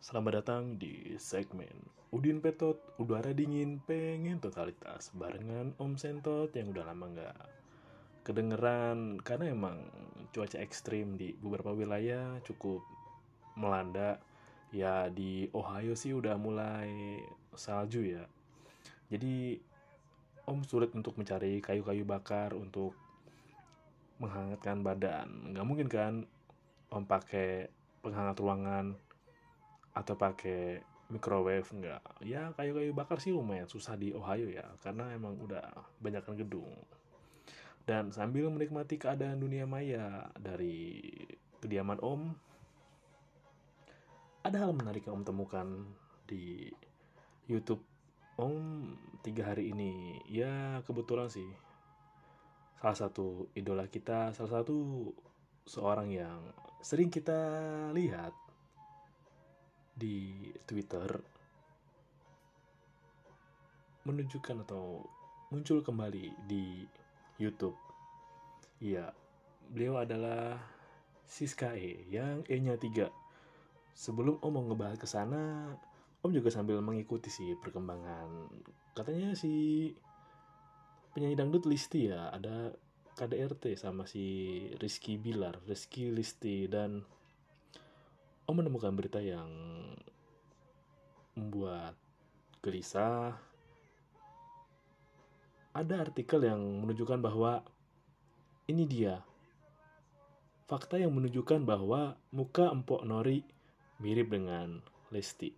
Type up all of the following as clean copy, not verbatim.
Selamat datang di segmen Udin Petot, udara dingin, pengen totalitas barengan Om Sentot yang udah lama nggak kedengeran karena emang cuaca ekstrim di beberapa wilayah cukup melanda. Ya di Ohio sih udah mulai salju ya. Jadi Om sulit untuk mencari kayu-kayu bakar untuk menghangatkan badan. Nggak mungkin kan Om pakai penghangat ruangan atau pakai microwave. Enggak, ya kayu-kayu bakar sih lumayan susah di Ohio ya karena emang udah banyakkan gedung. Dan sambil menikmati keadaan dunia maya dari kediaman Om, ada hal menarik yang Om temukan di YouTube Om 3 hari ini. Ya kebetulan sih salah satu idola kita, salah satu seorang yang sering kita lihat di Twitter menunjukkan atau muncul kembali di YouTube. Iya, beliau adalah Siska E yang E-nya 3. Sebelum Om mau ngebahas ke sana, Om juga sambil mengikuti sih perkembangan. Katanya si penyanyi dangdut Listi ya, ada KDRT sama si Rizky Bilar, Rizky Listi, dan Om menemukan berita yang membuat gelisah. Ada artikel yang menunjukkan bahwa ini dia fakta yang menunjukkan bahwa muka Empok Nori mirip dengan Lesti.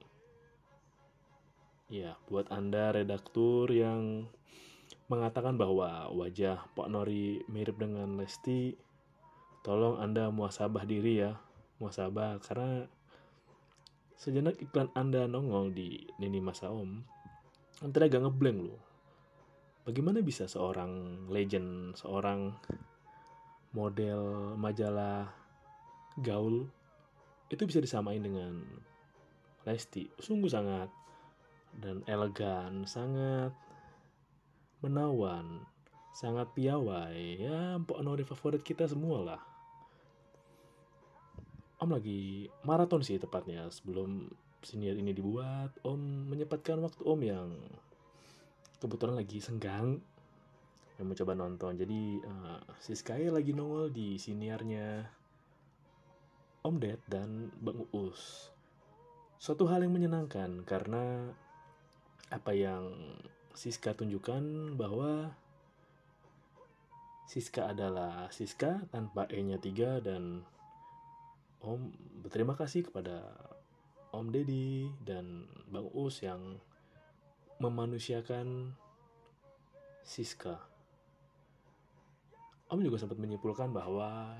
Ya, buat Anda redaktur yang mengatakan bahwa wajah Pak Nori mirip dengan Lesti, tolong Anda muhasabah diri ya. Muhasabah karena sejenak iklan Anda nongol di Nini Masa Om, nanti agak ngeblank loh. Bagaimana bisa seorang legend, seorang model majalah gaul itu bisa disamain dengan Lesti? Sungguh sangat dan elegan, sangat menawan, sangat piawai. Ya, Mpok Nori favorit kita semua lah. Om lagi maraton sih tepatnya. Sebelum siniar ini dibuat, Om menyempatkan waktu Om yang kebetulan lagi senggang yang mencoba nonton. Jadi si Sky lagi nongol di siniarnya Om Ded dan Bang Uus. Suatu hal yang menyenangkan karena apa yang Siska tunjukkan bahwa Siska adalah Siska tanpa E-nya 3, dan Om berterima kasih kepada Om Deddy dan Bang Us yang memanusiakan Siska. Om juga sempat menyimpulkan bahwa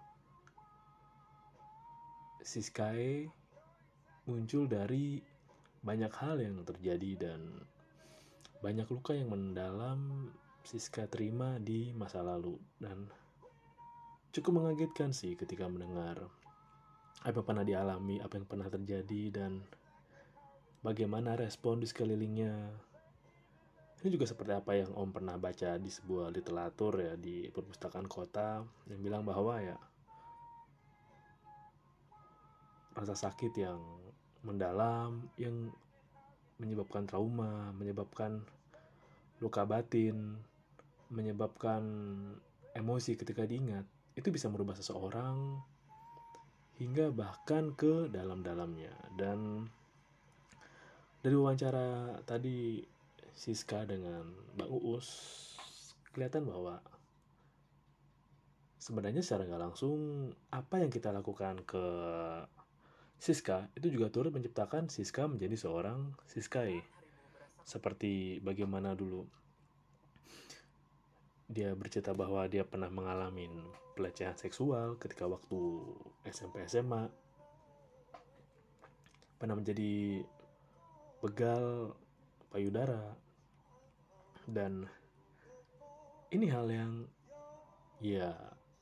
Siska muncul dari banyak hal yang terjadi dan banyak luka yang mendalam Siska terima di masa lalu, dan cukup mengagetkan sih ketika mendengar apa yang pernah dialami, apa yang pernah terjadi, dan bagaimana respon di sekelilingnya. Ini juga seperti apa yang Om pernah baca di sebuah literatur ya di perpustakaan kota yang bilang bahwa ya rasa sakit yang mendalam yang menyebabkan trauma, menyebabkan luka batin, menyebabkan emosi ketika diingat, itu bisa merubah seseorang hingga bahkan ke dalam-dalamnya. Dan dari wawancara tadi Siska dengan Bang Uus, kelihatan bahwa sebenarnya secara nggak langsung apa yang kita lakukan ke Siska itu juga turut menciptakan Siska menjadi seorang Siskai. Seperti bagaimana dulu dia bercerita bahwa dia pernah mengalami pelecehan seksual ketika waktu SMP SMA, pernah menjadi begal payudara, dan ini hal yang ya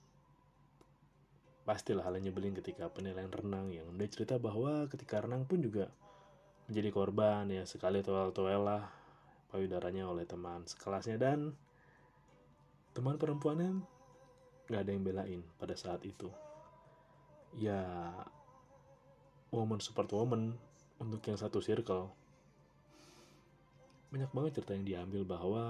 pastilah hal yang nyebelin ketika penilaian renang yang dia cerita bahwa ketika renang pun juga menjadi korban ya, sekali toel-toel lah payudaranya oleh teman sekelasnya, dan teman perempuannya nggak ada yang belain pada saat itu. Ya woman support woman, untuk yang satu circle, banyak banget cerita yang diambil bahwa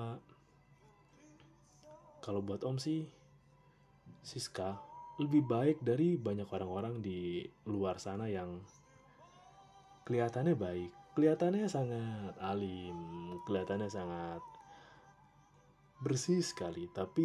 kalau buat Om sih, Siska lebih baik dari banyak orang-orang di luar sana yang kelihatannya baik, kelihatannya sangat alim, kelihatannya sangat bersih sekali, tapi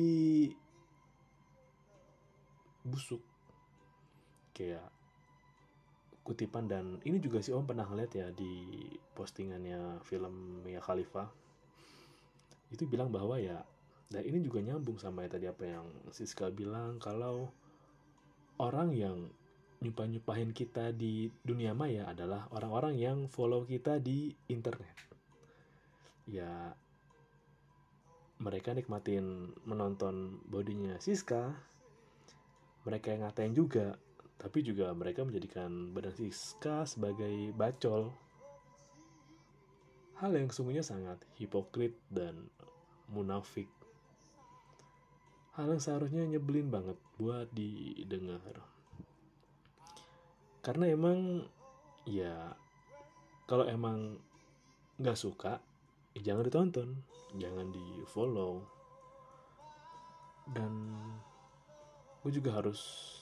busuk. Kayak kutipan, dan ini juga si Om pernah ngeliat ya di postingannya film Mia Khalifa. Itu bilang bahwa ya, dan ini juga nyambung sama ya tadi apa yang Siska bilang, kalau orang yang nyumpahin kita di dunia maya adalah orang-orang yang follow kita di internet. Ya, mereka nikmatin menonton bodinya Siska, mereka yang ngatain juga, tapi juga mereka menjadikan badan Siska sebagai bacol. Hal yang sungguhnya sangat hipokrit dan munafik. Hal yang seharusnya nyebelin banget buat didengar. Karena emang ya, kalau emang nggak suka, ya jangan ditonton, jangan di follow. Dan gue juga harus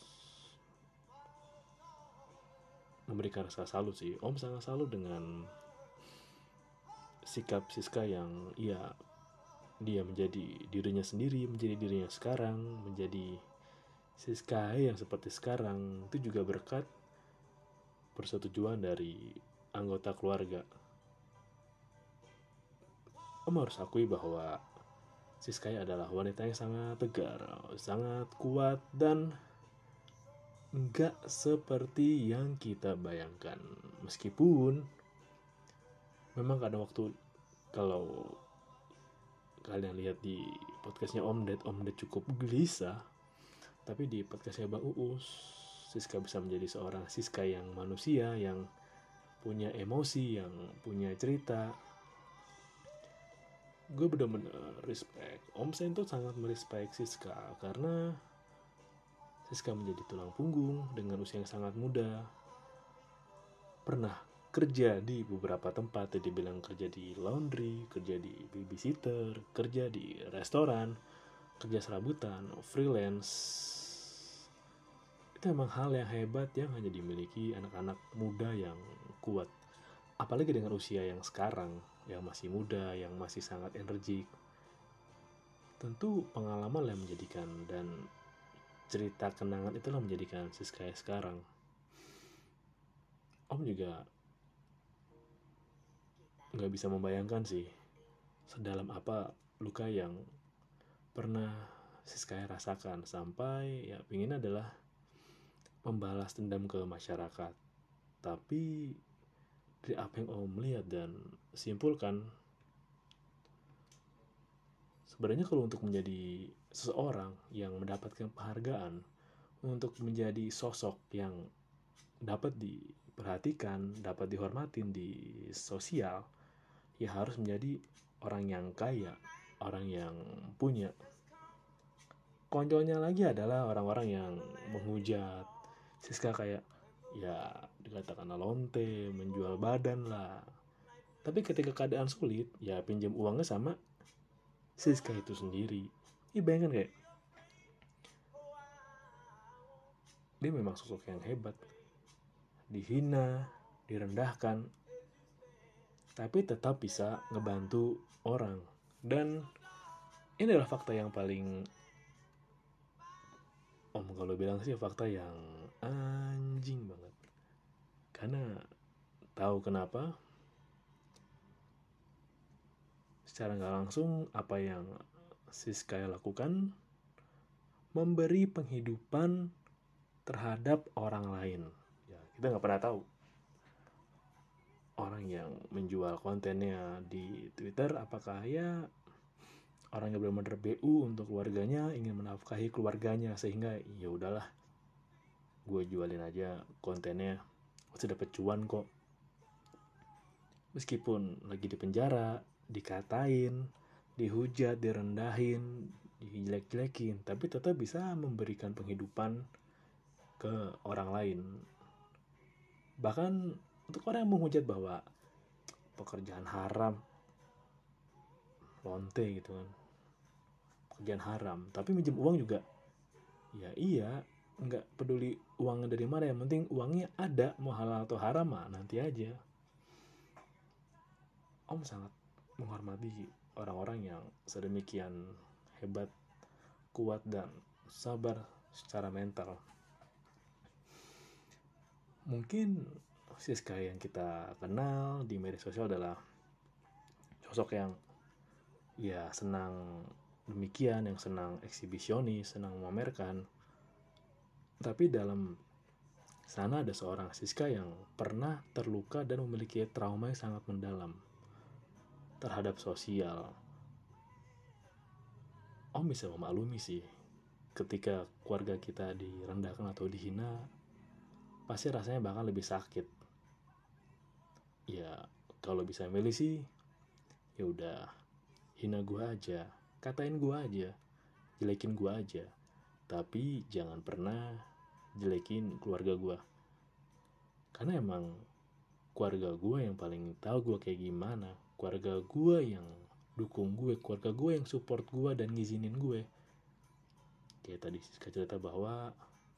memberikan rasa salut sih. Om sangat salut dengan sikap Siska yang ya, dia menjadi dirinya sendiri, menjadi dirinya sekarang, menjadi Siska yang seperti sekarang. Itu juga berkat persetujuan dari anggota keluarga. Om harus akui bahwa Siska adalah wanita yang sangat tegar, sangat kuat, dan nggak seperti yang kita bayangkan. Meskipun memang kadang waktu, kalau kalian lihat di podcastnya Om Ded cukup gelisah, tapi di podcastnya Bang Uus, Siska bisa menjadi seorang Siska yang manusia, yang punya emosi, yang punya cerita. Gue bener-bener respect. Om Sento sangat merespek Siska karena Siska menjadi tulang punggung dengan usia yang sangat muda. Pernah kerja di beberapa tempat, tadi bilang kerja di laundry, kerja di babysitter, kerja di restoran, kerja serabutan, freelance. Itu emang hal yang hebat yang hanya dimiliki anak-anak muda yang kuat. Apalagi dengan usia yang sekarang, yang masih muda, yang masih sangat energik. Tentu pengalaman yang menjadikan, dan cerita kenangan itulah menjadikan Siska sekarang. Om juga nggak bisa membayangkan sih sedalam apa luka yang pernah Siska rasakan, sampai ya ingin adalah membalas dendam ke masyarakat. Tapi dari apa yang Om lihat dan simpulkan, sebenarnya kalau untuk menjadi seseorang yang mendapatkan penghargaan, untuk menjadi sosok yang dapat diperhatikan, dapat dihormatin di sosial, ya harus menjadi orang yang kaya, orang yang punya. Konyolnya lagi adalah orang-orang yang menghujat Siska kayak ya dikatakan lonte, menjual badan lah. Tapi ketika keadaan sulit, ya pinjam uangnya sama Siska itu sendiri. Ini bayangkan kayak dia memang sosok yang hebat, dihina, direndahkan, tapi tetap bisa ngebantu orang. Dan ini adalah fakta yang paling, Om kalau bilang sih fakta yang anjing banget. Karena tahu kenapa? Secara nggak langsung apa yang Siska lakukan, memberi penghidupan terhadap orang lain. Ya, kita nggak pernah tahu orang yang menjual kontennya di Twitter apakah ya orang yang benar-benar BU untuk keluarganya, ingin menafkahi keluarganya, sehingga ya udahlah, gue jualin aja kontennya, masih dapat cuan kok. Meskipun lagi di penjara, dikatain, dihujat, direndahin, dijelek-jelekin, tapi tetap bisa memberikan penghidupan ke orang lain. Bahkan Untuk orang yang menghujat bahwa pekerjaan haram, lonte gitu kan, pekerjaan haram, tapi minjem uang juga, ya iya, nggak peduli uangnya dari mana, yang penting uangnya ada, mau halal atau haram mah nanti aja. Om sangat menghormati orang-orang yang sedemikian hebat, kuat, dan sabar secara mental. Mungkin Siska yang kita kenal di media sosial adalah sosok yang ya senang demikian, yang senang eksibisionis, senang memamerkan. Tapi dalam sana ada seorang Siska yang pernah terluka dan memiliki trauma yang sangat mendalam terhadap sosial. Om bisa memaklumi sih, ketika keluarga kita direndahkan atau dihina, pasti rasanya bakal lebih sakit. Ya kalau bisa milih sih, ya udah, hina gue aja, katain gue aja, jelekin gue aja, tapi jangan pernah jelekin keluarga gue, karena emang keluarga gue yang paling tahu gue kayak gimana, keluarga gue yang dukung gue, keluarga gue yang support gue dan ngizinin gue. Kayak tadi Siska cerita bahwa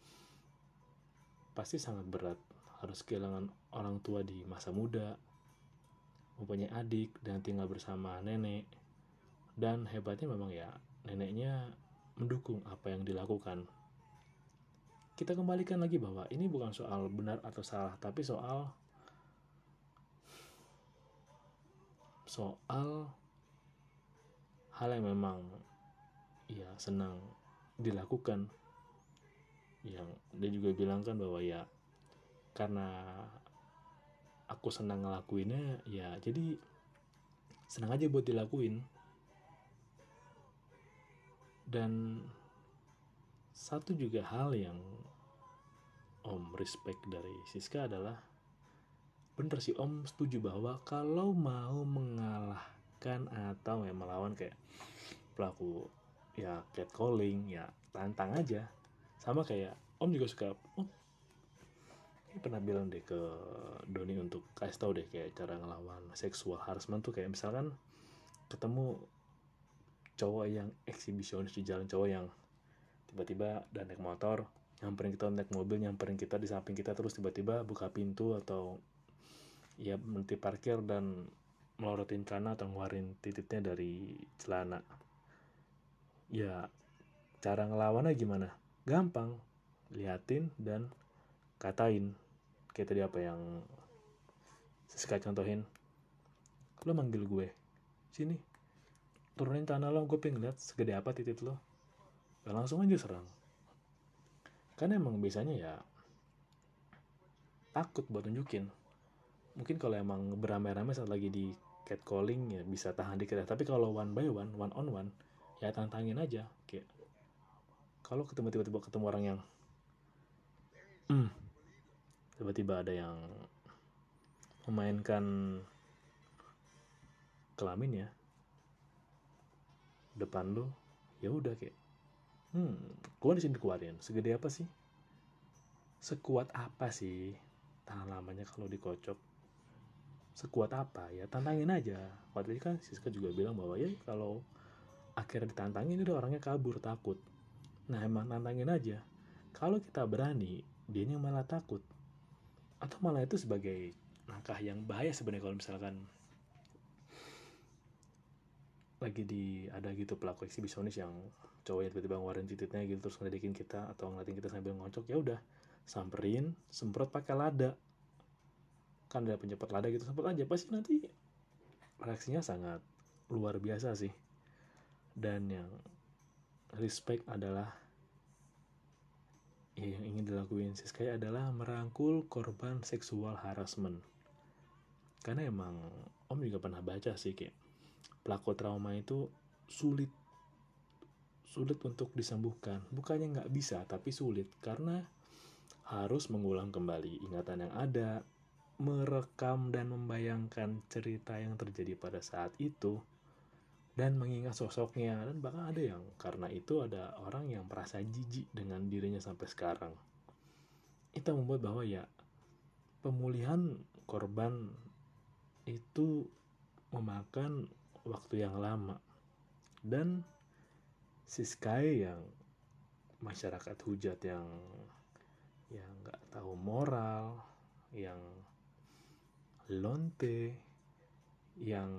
pasti sangat berat harus kehilangan orang tua di masa muda, mempunyai adik dan tinggal bersama nenek. Dan hebatnya memang ya, neneknya mendukung apa yang dilakukan. Kita kembalikan lagi bahwa ini bukan soal benar atau salah, tapi soal hal yang memang ya senang dilakukan. Yang dia juga bilang kan bahwa ya karena aku senang ngelakuinnya, ya jadi senang aja buat dilakuin. Dan satu juga hal yang Om respect dari Siska adalah, bener sih Om setuju bahwa kalau mau mengalahkan atau melawan kayak pelaku ya catcalling, ya tantang aja. Sama kayak Om juga suka, pernah bilang deh ke Doni untuk kasih tau deh kayak cara ngelawan sexual harassment tuh, kayak misalkan ketemu cowok yang eksibisionis di jalan, cowok yang tiba-tiba dan naik motor nyamperin kita, naik mobil nyamperin kita di samping kita, terus tiba-tiba buka pintu atau ya berhenti parkir dan melorotin celana atau ngeluarin titiknya dari celana. Ya cara ngelawannya gimana? Gampang, liatin dan katain. Kayak tadi apa yang Siska contohin, lo manggil gue, sini turunin tanah lo, gue pengen lihat segede apa titik lo. Ya langsung aja serang. Karena emang biasanya ya takut buat tunjukin. Mungkin kalau emang beramai-ramai saat lagi di catcalling ya bisa tahan dikit ya. Tapi kalau one by one, one on one, ya tantangin aja. Kayak kalau tiba-tiba ketemu orang yang tiba-tiba ada yang memainkan kelamin ya depan lo, ya udah kayak gue di sini dikeluarin. Segede apa sih? Sekuat apa sih tahan lamanya kalau dikocok? Sekuat apa ya, tantangin aja. Waktu itu kan Siska juga bilang bahwa ya kalau akhirnya ditantangin udah orangnya kabur, takut. Nah emang tantangin aja. Kalau kita berani, dianya malah takut. Atau malah itu sebagai langkah yang bahaya sebenarnya kalau misalkan lagi ada gitu pelaku eksibisionis yang cowoknya tiba-tiba ngeluarin titiknya gitu terus ngeledekin kita atau ngeliatin kita sambil ngocok, ya udah samperin, semprot pakai lada. Kan ada penyemprot lada gitu, semprot aja, pasti nanti reaksinya sangat luar biasa sih. Dan yang respect adalah yang ingin dilakuin Siska adalah merangkul korban seksual harassment. Karena emang Om juga pernah baca sih kayak pelaku trauma itu sulit untuk disembuhkan. Bukannya nggak bisa, tapi sulit karena harus mengulang kembali ingatan yang ada, merekam dan membayangkan cerita yang terjadi pada saat itu, dan mengingat sosoknya. Dan bahkan ada yang karena itu ada orang yang merasa jijik dengan dirinya sampai sekarang. Itu membuat bahwa ya pemulihan korban itu memakan waktu yang lama, dan si Sky yang masyarakat hujat yang nggak tahu moral, yang lonte, yang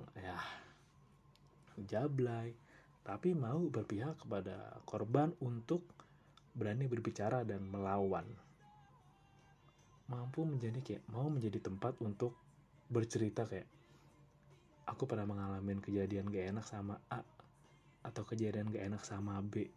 jablay, tapi mau berpihak kepada korban untuk berani berbicara dan melawan, mampu mau menjadi tempat untuk bercerita kayak, aku pernah mengalami kejadian gak enak sama A, atau kejadian gak enak sama B.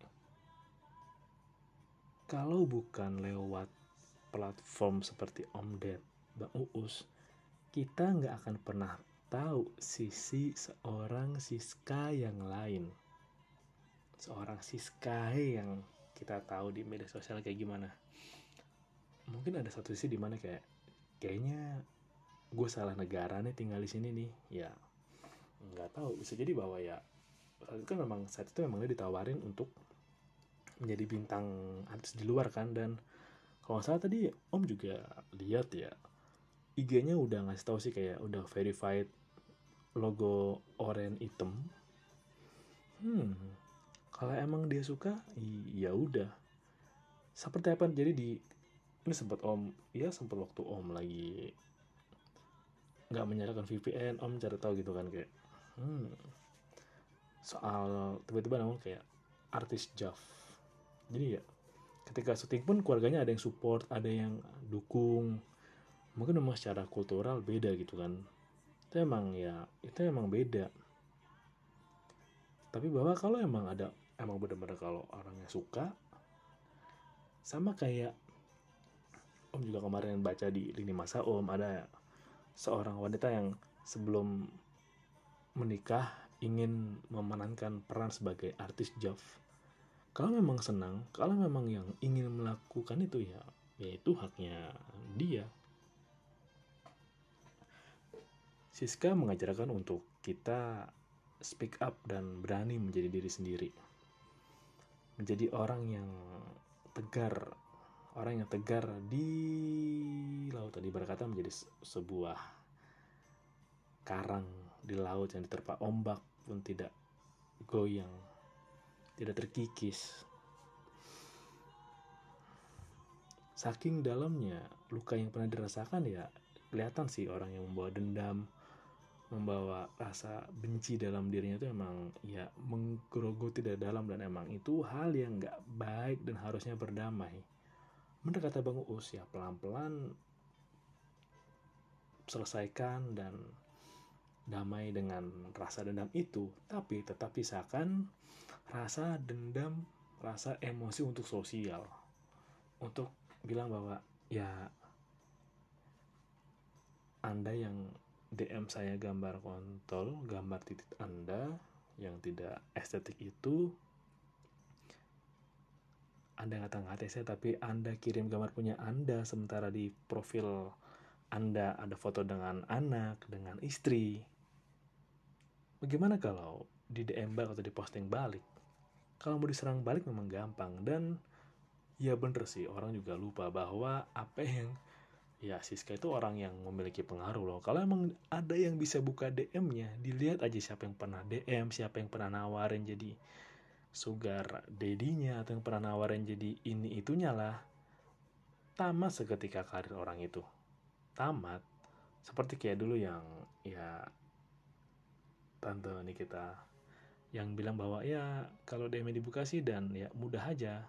Kalau bukan lewat platform seperti Om Ded, Bang Uus, kita gak akan pernah tahu sisi seorang Siska yang lain. Seorang Siska yang kita tahu di media sosial kayak gimana. Mungkin ada satu sisi dimana kayaknya gue salah negara nih tinggal di sini nih. Ya nggak tahu, bisa jadi bahwa saat itu memang dia ditawarin untuk menjadi bintang artis di luar kan. Dan kalau nggak salah tadi Om juga lihat ya, IG-nya udah ngasih tahu sih kayak udah verified logo oranye hitam. Kalau emang dia suka, ya udah. Seperti apa jadi ini sempat waktu Om lagi nggak menyalakan VPN, Om cari tahu gitu kan kayak soal tiba-tiba namun kayak artis Jav. Jadi ya ketika syuting pun keluarganya ada yang support, ada yang dukung. Mungkin memang secara kultural beda gitu kan. Itu emang beda. Tapi bahwa kalau emang benar-benar kalau orangnya suka, sama kayak Om juga kemarin baca di lini masa Om, ada seorang wanita yang sebelum menikah ingin memenangkan peran sebagai artis Jav. Kalau memang senang, kalau memang yang ingin melakukan itu ya itu haknya dia. Siska mengajarkan untuk kita speak up dan berani menjadi diri sendiri. Menjadi orang yang tegar. Orang yang tegar di laut, tadi berkata menjadi sebuah karang di laut yang diterpa ombak pun tidak goyang, tidak terkikis. Saking dalamnya luka yang pernah dirasakan ya kelihatan sih orang yang membawa dendam, membawa rasa benci dalam dirinya itu emang ya menggerogoti dari dalam, dan emang itu hal yang gak baik dan harusnya berdamai. Bener kata Bang Uus ya, pelan-pelan selesaikan dan damai dengan rasa dendam itu, tapi tetap pisahkan rasa dendam, rasa emosi untuk sosial, untuk bilang bahwa ya Anda yang DM saya gambar kontol, gambar titik Anda yang tidak estetik itu, Anda ngata-ngatain saya, tapi Anda kirim gambar punya Anda, sementara di profil Anda ada foto dengan anak, dengan istri. Bagaimana kalau di DM balik atau di posting balik? Kalau mau diserang balik memang gampang, dan ya bener sih, orang juga lupa bahwa apa yang Siska itu orang yang memiliki pengaruh loh. Kalau emang ada yang bisa buka DM-nya, dilihat aja siapa yang pernah DM, siapa yang pernah nawarin jadi sugar daddy-nya, atau yang pernah nawarin jadi ini itunya lah. Tamat seketika karir orang itu. Tamat. Seperti kayak dulu yang Tante Nikita yang bilang bahwa kalau DM-nya dibuka sih dan mudah aja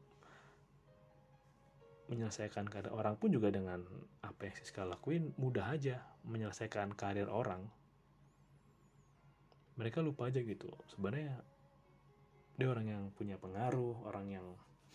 menyelesaikan karir orang, pun juga dengan apa yang Siska lakuin mudah aja menyelesaikan karir orang. Mereka lupa aja gitu sebenarnya dia orang yang punya pengaruh, orang yang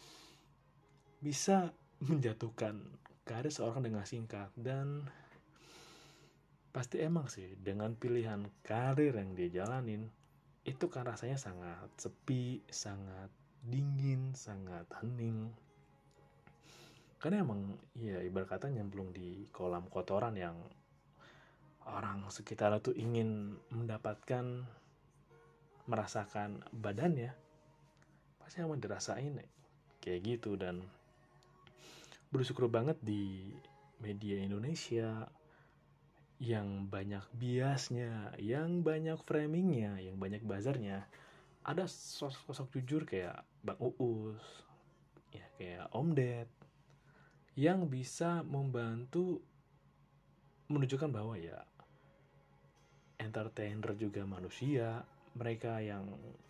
bisa menjatuhkan karir seorang dengan singkat. Dan pasti emang sih dengan pilihan karir yang dia jalanin itu kan rasanya sangat sepi, sangat dingin, sangat hening. Karena emang ibarat kata nyemplung di kolam kotoran yang orang sekitar tuh ingin mendapatkan, merasakan badannya, pasti emang dirasain kayak gitu. Dan bersyukur banget di media Indonesia yang banyak biasnya, yang banyak framingnya, yang banyak buzzernya, ada sosok jujur kayak Bang Uus, ya kayak Om Ded, yang bisa membantu menunjukkan bahwa ya entertainer juga manusia, mereka yang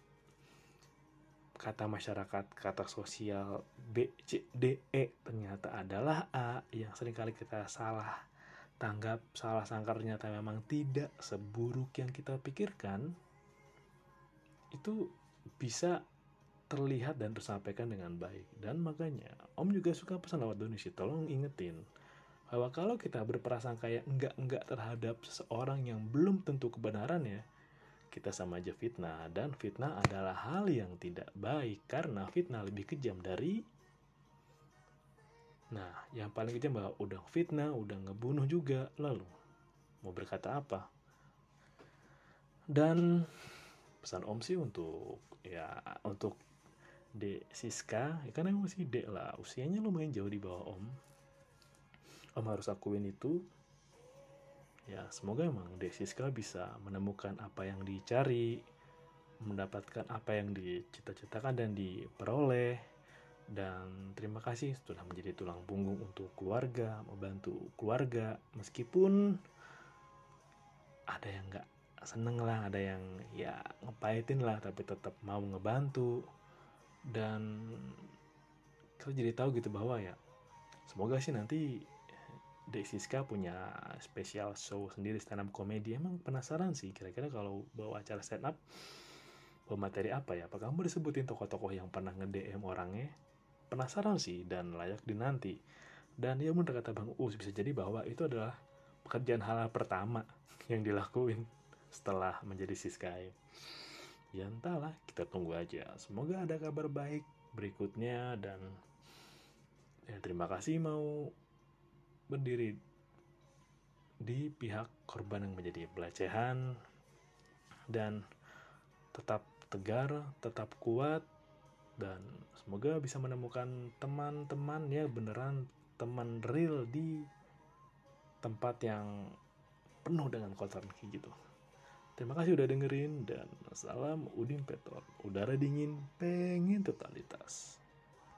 kata masyarakat, kata sosial B, C, D, E ternyata adalah A, yang seringkali kita salah tanggap, salah sangka ternyata memang tidak seburuk yang kita pikirkan, itu bisa terlihat dan tersampaikan dengan baik. Dan makanya Om juga suka pesan lewat donasi, tolong ingetin bahwa kalau kita berprasangka yang enggak terhadap seseorang yang belum tentu kebenarannya, kita sama aja fitnah. Dan fitnah adalah hal yang tidak baik, karena fitnah lebih kejam dari, nah yang paling kejam bahwa udah fitnah, udah ngebunuh juga, lalu mau berkata apa? Dan pesan Om sih untuk untuk Dek Siska, ya kan emang masih Dek lah, usianya lumayan jauh di bawah Om. Om harus akuin itu. Ya semoga emang Dek Siska bisa menemukan apa yang dicari, mendapatkan apa yang dicita-citakan dan diperoleh. Dan terima kasih sudah menjadi tulang punggung untuk keluarga, membantu keluarga, meskipun ada yang nggak seneng lah, ada yang ya ngepahitin lah, tapi tetap mau ngebantu. Dan kita jadi tahu gitu bahwa ya semoga sih nanti Dek Siska punya special show sendiri stand up comedy. Emang penasaran sih kira-kira kalau bawa acara stand up bawa materi apa ya? Apakah kamu disebutin tokoh-tokoh yang pernah nge-DM orangnya? Penasaran sih dan layak dinanti. Dan ya bener kata Bang Us, bisa jadi bahwa itu adalah pekerjaan halal pertama yang dilakuin setelah menjadi Siskai. Ya entahlah, kita tunggu aja. Semoga ada kabar baik berikutnya. Dan ya terima kasih mau berdiri di pihak korban yang menjadi pelecehan. Dan tetap tegar, tetap kuat, dan semoga bisa menemukan teman-teman ya, beneran teman real di tempat yang penuh dengan kotoran kayak gitu. Terima kasih udah dengerin, dan salam Udin Petot. Udara dingin, pengen totalitas.